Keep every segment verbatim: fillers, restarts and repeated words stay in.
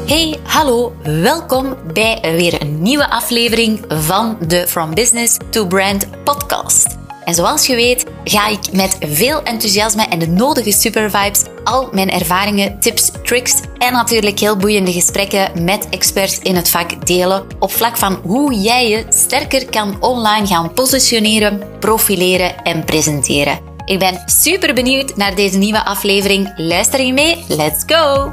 Hey, hallo, welkom bij weer een nieuwe aflevering van de From Business to Brand podcast. En zoals je weet ga ik met veel enthousiasme en de nodige supervibes al mijn ervaringen, tips, tricks en natuurlijk heel boeiende gesprekken met experts in het vak delen op vlak van hoe jij je sterker kan online gaan positioneren, profileren en presenteren. Ik ben super benieuwd naar deze nieuwe aflevering. Luister je mee? Let's go!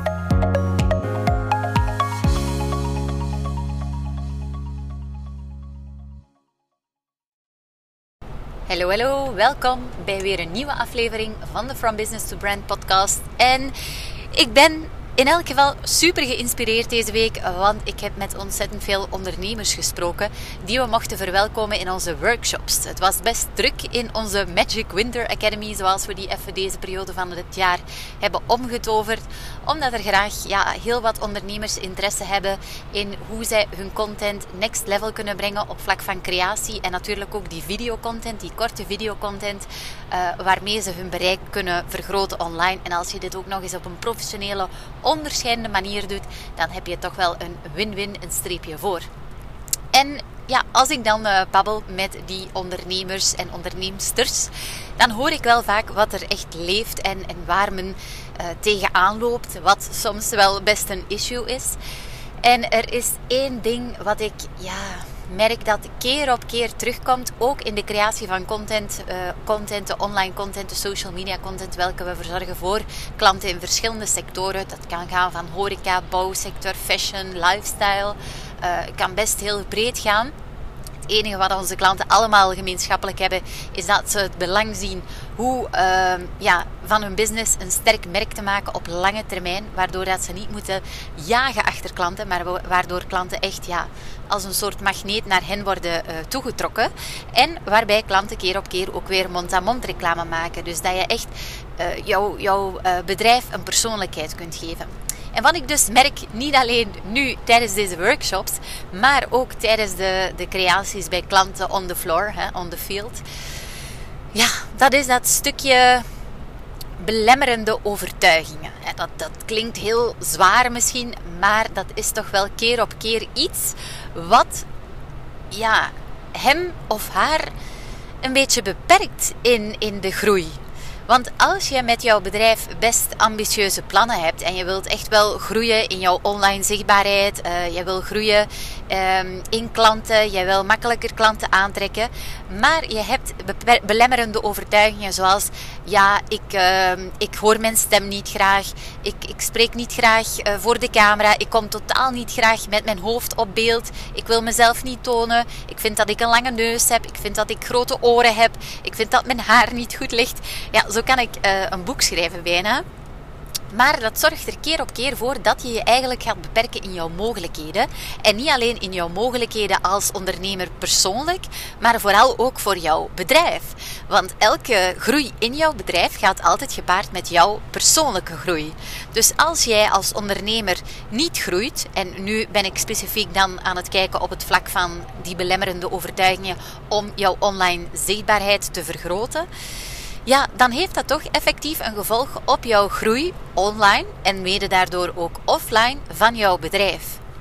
Hallo, hallo. Welkom bij weer een nieuwe aflevering van de From Business to Brand podcast. En ik ben in elk geval super geïnspireerd deze week, want ik heb met ontzettend veel ondernemers gesproken die we mochten verwelkomen in onze workshops. Het was best druk in onze Magic Winter Academy, zoals we die even deze periode van het jaar hebben omgetoverd, omdat er graag ja, heel wat ondernemers interesse hebben in hoe zij hun content next level kunnen brengen op vlak van creatie en natuurlijk ook die videocontent, die korte videocontent, uh, waarmee ze hun bereik kunnen vergroten online. En als je dit ook nog eens op een professionele, onderscheidende manier doet, dan heb je toch wel een win-win, een streepje voor. En ja, als ik dan uh, babbel met die ondernemers en onderneemsters, dan hoor ik wel vaak wat er echt leeft en, en waar men uh, tegenaan loopt, wat soms wel best een issue is. En er is één ding wat ik ja, merk dat keer op keer terugkomt, ook in de creatie van content, uh, content, de online content, de social media content, welke we verzorgen voor klanten in verschillende sectoren. Dat kan gaan van horeca, bouwsector, fashion, lifestyle. Uh, het kan best heel breed gaan. Het enige wat onze klanten allemaal gemeenschappelijk hebben, is dat ze het belang zien hoe uh, ja, van hun business een sterk merk te maken op lange termijn, waardoor dat ze niet moeten jagen achter klanten, maar waardoor klanten echt ja, als een soort magneet naar hen worden uh, toegetrokken. En waarbij klanten keer op keer ook weer mond-aan-mond reclame maken. Dus dat je echt uh, jouw jou, uh, bedrijf een persoonlijkheid kunt geven. En wat ik dus merk, niet alleen nu tijdens deze workshops, maar ook tijdens de, de creaties bij klanten on the floor, hè, on the field. Ja, dat is dat stukje belemmerende overtuigingen. Dat, dat klinkt heel zwaar misschien, maar dat is toch wel keer op keer iets wat ja, hem of haar een beetje beperkt in, in de groei. Want als je met jouw bedrijf best ambitieuze plannen hebt en je wilt echt wel groeien in jouw online zichtbaarheid, uh, je wil groeien um, in klanten, je wil makkelijker klanten aantrekken, maar je hebt be- belemmerende overtuigingen zoals, ja, ik, uh, ik hoor mijn stem niet graag, ik, ik spreek niet graag uh, voor de camera, ik kom totaal niet graag met mijn hoofd op beeld, ik wil mezelf niet tonen, ik vind dat ik een lange neus heb, ik vind dat ik grote oren heb, ik vind dat mijn haar niet goed ligt. Ja, zo kan ik uh, een boek schrijven bijna. Maar dat zorgt er keer op keer voor dat je je eigenlijk gaat beperken in jouw mogelijkheden. En niet alleen in jouw mogelijkheden als ondernemer persoonlijk, maar vooral ook voor jouw bedrijf. Want elke groei in jouw bedrijf gaat altijd gepaard met jouw persoonlijke groei. Dus als jij als ondernemer niet groeit, en nu ben ik specifiek dan aan het kijken op het vlak van die belemmerende overtuigingen om jouw online zichtbaarheid te vergroten, ja, dan heeft dat toch effectief een gevolg op jouw groei online en mede daardoor ook offline van jouw bedrijf.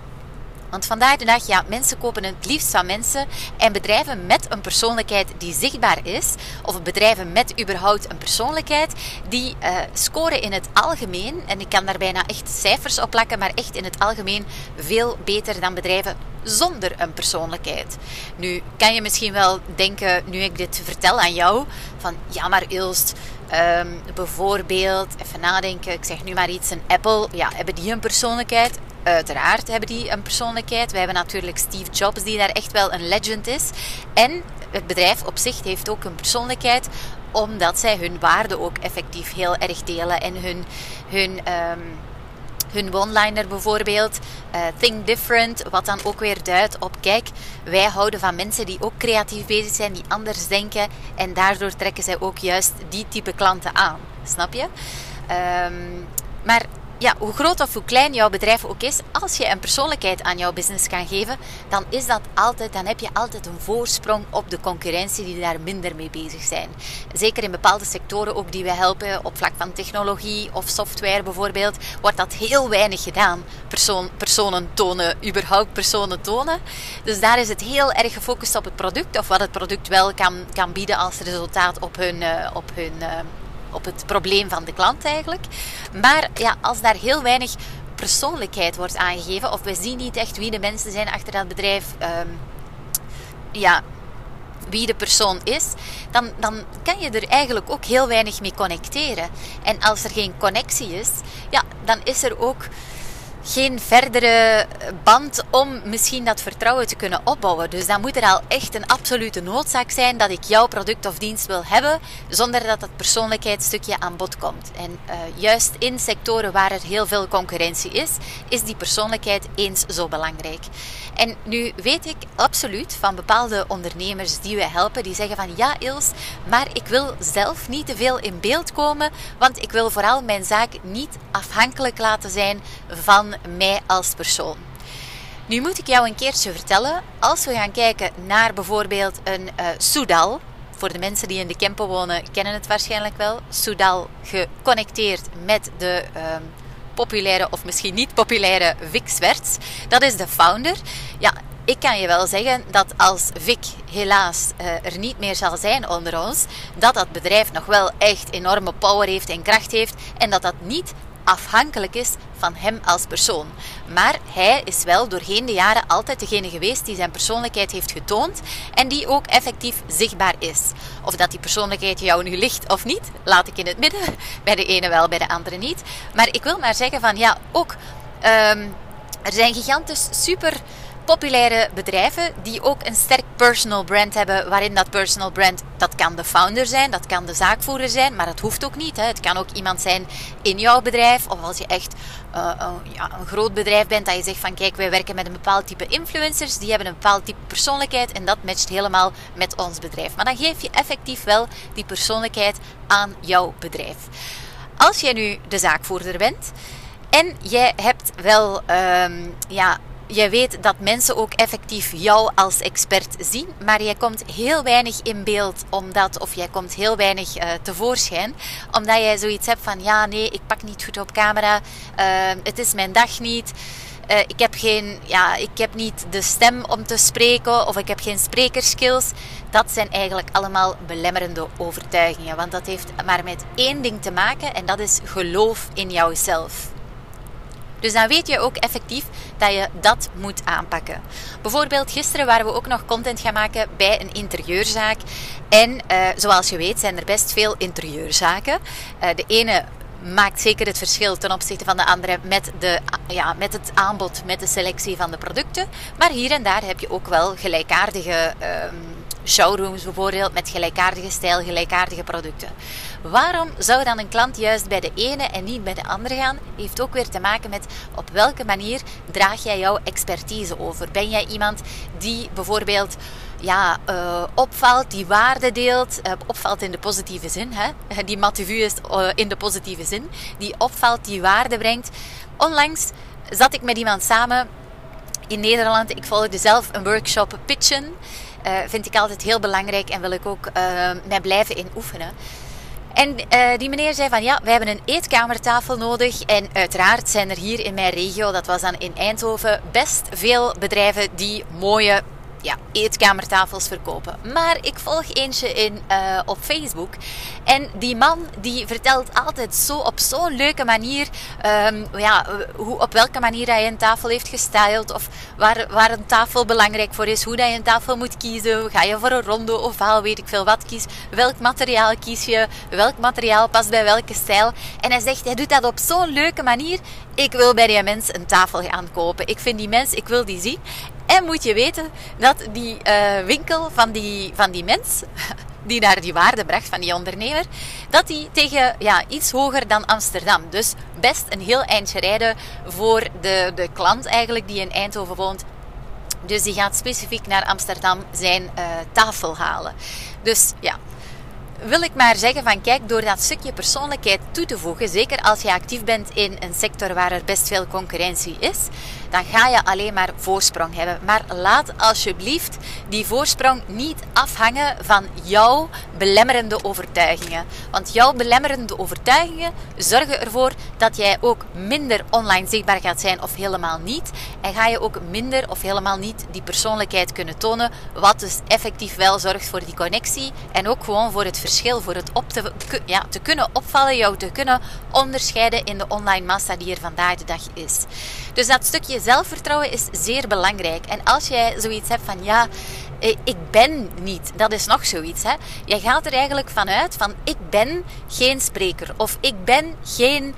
Want vandaag de dag, ja, mensen kopen het liefst van mensen en bedrijven met een persoonlijkheid die zichtbaar is, of bedrijven met überhaupt een persoonlijkheid, die uh, scoren in het algemeen, en ik kan daar bijna echt cijfers op plakken, maar echt in het algemeen veel beter dan bedrijven zonder een persoonlijkheid. Nu kan je misschien wel denken, nu ik dit vertel aan jou, van ja, maar Ilst, um, bijvoorbeeld, even nadenken, ik zeg nu maar iets, een Apple, ja, hebben die een persoonlijkheid? Uiteraard hebben die een persoonlijkheid. We hebben natuurlijk Steve Jobs, die daar echt wel een legend is. En het bedrijf op zich heeft ook een persoonlijkheid, omdat zij hun waarden ook effectief heel erg delen. En hun, hun, um, hun one-liner bijvoorbeeld, uh, think different, wat dan ook weer duidt op, kijk, wij houden van mensen die ook creatief bezig zijn, die anders denken. En daardoor trekken zij ook juist die type klanten aan. Snap je? Um, maar ja, hoe groot of hoe klein jouw bedrijf ook is, als je een persoonlijkheid aan jouw business kan geven, dan is dat altijd, dan heb je altijd een voorsprong op de concurrentie die daar minder mee bezig zijn. Zeker in bepaalde sectoren ook die wij helpen, op vlak van technologie of software bijvoorbeeld, wordt dat heel weinig gedaan. Persoon, personen tonen, überhaupt personen tonen. Dus daar is het heel erg gefocust op het product, of wat het product wel kan, kan bieden als resultaat op hun, uh, op hun uh, op het probleem van de klant eigenlijk. Maar ja, als daar heel weinig persoonlijkheid wordt aangegeven, of we zien niet echt wie de mensen zijn achter dat bedrijf, um, ja, wie de persoon is, dan, dan kan je er eigenlijk ook heel weinig mee connecteren. En als er geen connectie is, ja, dan is er ook geen verdere band om misschien dat vertrouwen te kunnen opbouwen. Dus dan moet er al echt een absolute noodzaak zijn dat ik jouw product of dienst wil hebben, zonder dat dat persoonlijkheidsstukje aan bod komt. En uh, juist in sectoren waar er heel veel concurrentie is, is die persoonlijkheid eens zo belangrijk. En nu weet ik absoluut van bepaalde ondernemers die wij helpen, die zeggen van ja Ils, maar ik wil zelf niet te veel in beeld komen, want ik wil vooral mijn zaak niet afhankelijk laten zijn van mij als persoon. Nu moet ik jou een keertje vertellen, als we gaan kijken naar bijvoorbeeld een uh, Soudal, voor de mensen die in de Kempen wonen kennen het waarschijnlijk wel, Soudal geconnecteerd met de uh, populaire of misschien niet populaire Vic Zwerts, dat is de founder. Ja, ik kan je wel zeggen dat als Vic helaas uh, er niet meer zal zijn onder ons, dat dat bedrijf nog wel echt enorme power heeft en kracht heeft en dat dat niet afhankelijk is van hem als persoon. Maar hij is wel doorheen de jaren altijd degene geweest die zijn persoonlijkheid heeft getoond en die ook effectief zichtbaar is. Of dat die persoonlijkheid jou nu ligt of niet, laat ik in het midden. Bij de ene wel, bij de andere niet. Maar ik wil maar zeggen van ja, ook um, er zijn gigantisch super populaire bedrijven die ook een sterk personal brand hebben, waarin dat personal brand, dat kan de founder zijn, dat kan de zaakvoerder zijn, maar dat hoeft ook niet. Hè. Het kan ook iemand zijn in jouw bedrijf, of als je echt uh, uh, ja, een groot bedrijf bent, dat je zegt van kijk, wij werken met een bepaald type influencers, die hebben een bepaald type persoonlijkheid en dat matcht helemaal met ons bedrijf. Maar dan geef je effectief wel die persoonlijkheid aan jouw bedrijf. Als jij nu de zaakvoerder bent en jij hebt wel, um, ja, jij weet dat mensen ook effectief jou als expert zien, maar jij komt heel weinig in beeld omdat, of jij komt heel weinig uh, tevoorschijn, omdat jij zoiets hebt van ja, nee, ik pak niet goed op camera, uh, het is mijn dag niet, uh, ik heb geen, ja, ik heb niet de stem om te spreken of ik heb geen sprekerskills. Dat zijn eigenlijk allemaal belemmerende overtuigingen, want dat heeft maar met één ding te maken en dat is geloof in jouzelf. Dus dan weet je ook effectief dat je dat moet aanpakken. Bijvoorbeeld gisteren waren we ook nog content gaan maken bij een interieurzaak. En uh, zoals je weet zijn er best veel interieurzaken. Uh, de ene maakt zeker het verschil ten opzichte van de andere met, de, ja, met het aanbod, met de selectie van de producten. Maar hier en daar heb je ook wel gelijkaardige um, showrooms bijvoorbeeld, met gelijkaardige stijl, gelijkaardige producten. Waarom zou dan een klant juist bij de ene en niet bij de andere gaan? Heeft ook weer te maken met op welke manier draag jij jouw expertise over. Ben jij iemand die bijvoorbeeld ja, uh, opvalt, die waarde deelt, uh, opvalt in de positieve zin, hè? Die mativu is uh, in de positieve zin, die opvalt, die waarde brengt. Onlangs zat ik met iemand samen in Nederland, ik volgde zelf een workshop pitchen, uh, vind ik altijd heel belangrijk en wil ik ook uh, mij blijven in oefenen. En uh, die meneer zei van ja, wij hebben een eetkamertafel nodig en uiteraard zijn er hier in mijn regio, dat was dan in Eindhoven, best veel bedrijven die mooie ja, eetkamertafels verkopen. Maar ik volg eentje in, uh, op Facebook en die man die vertelt altijd zo op zo'n leuke manier um, ja, hoe, op welke manier hij een tafel heeft gestyled of waar, waar een tafel belangrijk voor is, hoe dat je een tafel moet kiezen, ga je voor een ronde, ovaal, weet ik veel wat kies, welk materiaal kies je, welk materiaal past bij welke stijl. En hij zegt, hij doet dat op zo'n leuke manier, ik wil bij die mens een tafel gaan kopen. Ik vind die mens, ik wil die zien. En moet je weten dat die uh, winkel van die, van die mens, die naar die waarde bracht, van die ondernemer, dat die tegen ja, iets hoger dan Amsterdam. Dus best een heel eindje rijden voor de, de klant eigenlijk die in Eindhoven woont. Dus die gaat specifiek naar Amsterdam zijn uh, tafel halen. Dus ja, wil ik maar zeggen van kijk, door dat stukje persoonlijkheid toe te voegen, zeker als je actief bent in een sector waar er best veel concurrentie is, dan ga je alleen maar voorsprong hebben. Maar laat alsjeblieft die voorsprong niet afhangen van jouw belemmerende overtuigingen. Want jouw belemmerende overtuigingen zorgen ervoor dat jij ook minder online zichtbaar gaat zijn of helemaal niet. En ga je ook minder of helemaal niet die persoonlijkheid kunnen tonen, wat dus effectief wel zorgt voor die connectie en ook gewoon voor het verschil, voor het op te, ja, te kunnen opvallen, jou te kunnen onderscheiden in de online massa die er vandaag de dag is. Dus dat stukje zelfvertrouwen is zeer belangrijk. En als jij zoiets hebt van ja, ik ben niet, dat is nog zoiets. Hè? Jij gaat er eigenlijk vanuit van ik ben geen spreker of ik ben geen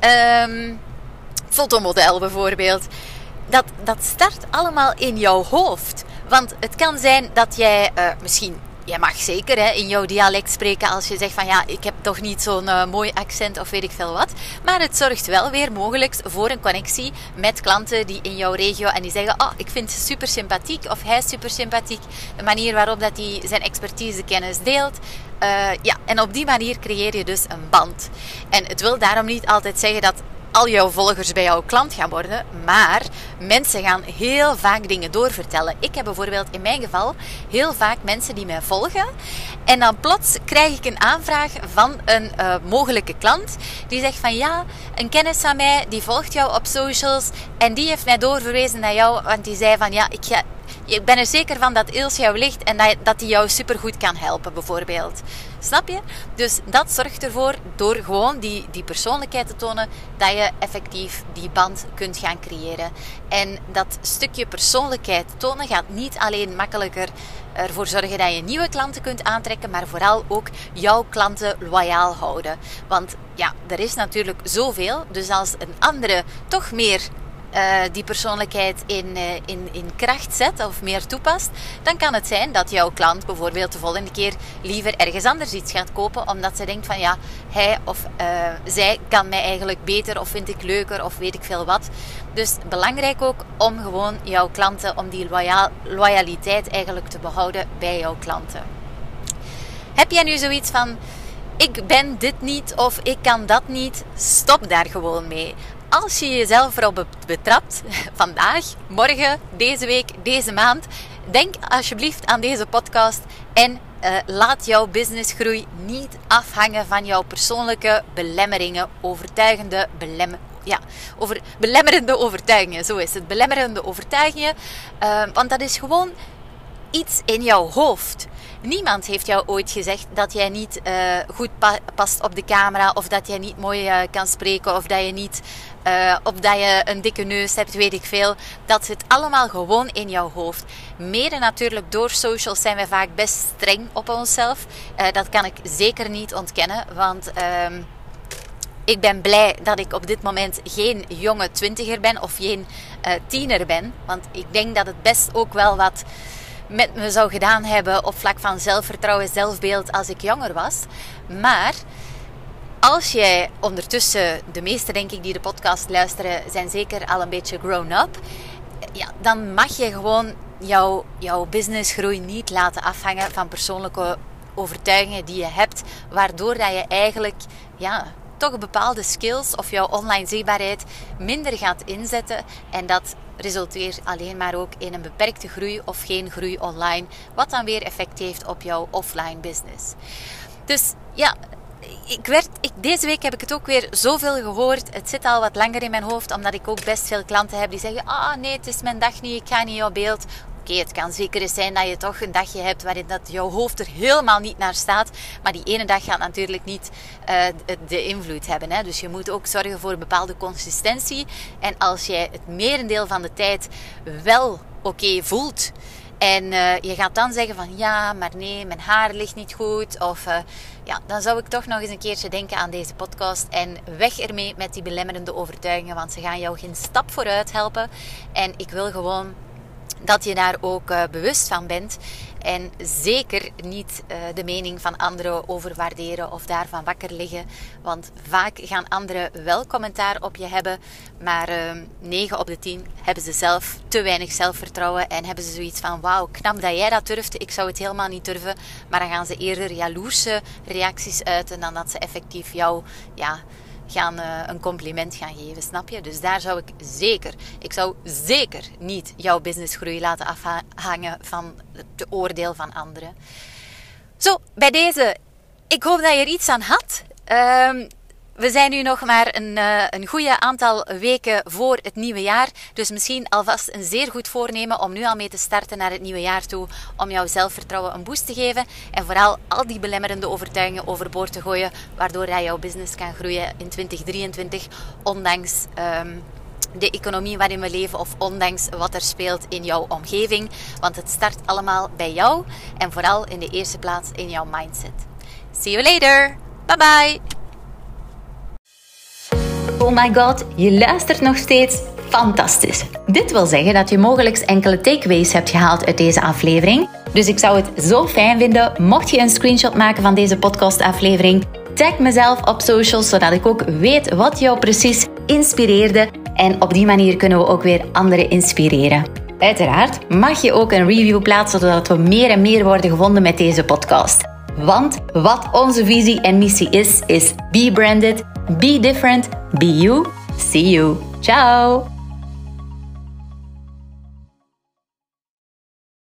um, fotomodel bijvoorbeeld. Dat, dat start allemaal in jouw hoofd. Want het kan zijn dat jij uh, misschien... Jij mag zeker hè, in jouw dialect spreken als je zegt van ja, ik heb toch niet zo'n uh, mooi accent of weet ik veel wat. Maar het zorgt wel weer mogelijk voor een connectie met klanten die in jouw regio en die zeggen, oh, ik vind ze super sympathiek of hij is super sympathiek. De manier waarop dat hij zijn expertise kennis deelt. Uh, ja, en op die manier creëer je dus een band. En het wil daarom niet altijd zeggen dat al jouw volgers bij jouw klant gaan worden, maar mensen gaan heel vaak dingen doorvertellen. Ik heb bijvoorbeeld in mijn geval heel vaak mensen die mij volgen en dan plots krijg ik een aanvraag van een uh, mogelijke klant die zegt van ja, een kennis van mij die volgt jou op socials en die heeft mij doorverwezen naar jou, want die zei van ja, ik ga... Ik ben er zeker van dat Ilse jou ligt en dat, dat die jou supergoed kan helpen, bijvoorbeeld. Snap je? Dus dat zorgt ervoor, door gewoon die, die persoonlijkheid te tonen, dat je effectief die band kunt gaan creëren. En dat stukje persoonlijkheid tonen gaat niet alleen makkelijker ervoor zorgen dat je nieuwe klanten kunt aantrekken, maar vooral ook jouw klanten loyaal houden. Want ja, er is natuurlijk zoveel, dus als een andere toch meer... Uh, die persoonlijkheid in, uh, in, in kracht zet of meer toepast, dan kan het zijn dat jouw klant bijvoorbeeld de volgende keer liever ergens anders iets gaat kopen, omdat ze denkt van ja, hij of uh, zij kan mij eigenlijk beter of vind ik leuker of weet ik veel wat. Dus belangrijk ook om gewoon jouw klanten, om die loyaal, loyaliteit eigenlijk te behouden bij jouw klanten. Heb jij nu zoiets van, ik ben dit niet of ik kan dat niet, stop daar gewoon mee. Als je jezelf erop betrapt, vandaag, morgen, deze week, deze maand, denk alsjeblieft aan deze podcast en uh, laat jouw businessgroei niet afhangen van jouw persoonlijke belemmeringen, overtuigende belemmeringen. Ja, over belemmerende overtuigingen, zo is het. Belemmerende overtuigingen, uh, want dat is gewoon iets in jouw hoofd. Niemand heeft jou ooit gezegd dat jij niet uh, goed pa- past op de camera, of dat jij niet mooi uh, kan spreken, of dat je niet, uh, of dat je een dikke neus hebt, weet ik veel. Dat zit allemaal gewoon in jouw hoofd. Mede natuurlijk door socials zijn we vaak best streng op onszelf. Uh, dat kan ik zeker niet ontkennen, want uh, ik ben blij dat ik op dit moment geen jonge twintiger ben of geen uh, tiener ben. Want ik denk dat het best ook wel wat met me zou gedaan hebben op vlak van zelfvertrouwen, zelfbeeld als ik jonger was. Maar als jij ondertussen, de meesten denk ik die de podcast luisteren, zijn zeker al een beetje grown up. Ja, dan mag je gewoon jouw, jouw businessgroei niet laten afhangen van persoonlijke overtuigingen die je hebt, waardoor dat je eigenlijk ja, toch bepaalde skills of jouw online zichtbaarheid minder gaat inzetten en dat resulteert alleen maar ook in een beperkte groei of geen groei online, wat dan weer effect heeft op jouw offline business. Dus ja, ik werd, ik, deze week heb ik het ook weer zoveel gehoord. Het zit al wat langer in mijn hoofd, omdat ik ook best veel klanten heb die zeggen, ah nee, het is mijn dag niet, ik ga niet op beeld. Oké, okay, het kan zeker eens zijn dat je toch een dagje hebt waarin dat jouw hoofd er helemaal niet naar staat. Maar die ene dag gaat natuurlijk niet uh, de invloed hebben. Hè? Dus je moet ook zorgen voor een bepaalde consistentie. En als jij het merendeel van de tijd wel oké okay voelt en uh, je gaat dan zeggen van ja, maar nee, mijn haar ligt niet goed. Of uh, ja, dan zou ik toch nog eens een keertje denken aan deze podcast. En weg ermee met die belemmerende overtuigingen, want ze gaan jou geen stap vooruit helpen. En ik wil gewoon dat je daar ook uh, bewust van bent En zeker niet uh, de mening van anderen overwaarderen of daarvan wakker liggen. Want vaak gaan anderen wel commentaar op je hebben, maar uh, negen op de tien hebben ze zelf te weinig zelfvertrouwen en hebben ze zoiets van wauw, knap dat jij dat durft, ik zou het helemaal niet durven. Maar dan gaan ze eerder jaloerse reacties uiten dan dat ze effectief jou ja, gaan uh, een compliment gaan geven, snap je? Dus daar zou ik zeker, ik zou zeker niet jouw businessgroei laten afhangen van het oordeel van anderen. Zo, bij deze, ik hoop dat je er iets aan had. Uh, we zijn nu nog maar een, uh, een goede aantal weken voor het nieuwe jaar. Dus misschien alvast een zeer goed voornemen om nu al mee te starten naar het nieuwe jaar toe. Om jouw zelfvertrouwen een boost te geven. En vooral al die belemmerende overtuigingen overboord te gooien. Waardoor jij jouw business kan groeien in twintig drieëntwintig. Ondanks um, de economie waarin we leven. Of ondanks wat er speelt in jouw omgeving. Want het start allemaal bij jou. En vooral in de eerste plaats in jouw mindset. See you later. Bye bye. Oh my god, je luistert nog steeds? Fantastisch! Dit wil zeggen dat je mogelijk enkele takeaways hebt gehaald uit deze aflevering. Dus ik zou het zo fijn vinden mocht je een screenshot maken van deze podcastaflevering. Tag mezelf op socials, zodat ik ook weet wat jou precies inspireerde. En op die manier kunnen we ook weer anderen inspireren. Uiteraard mag je ook een review plaatsen, zodat we meer en meer worden gevonden met deze podcast. Want wat onze visie en missie is, is be branded, be different, be you. See you. Ciao.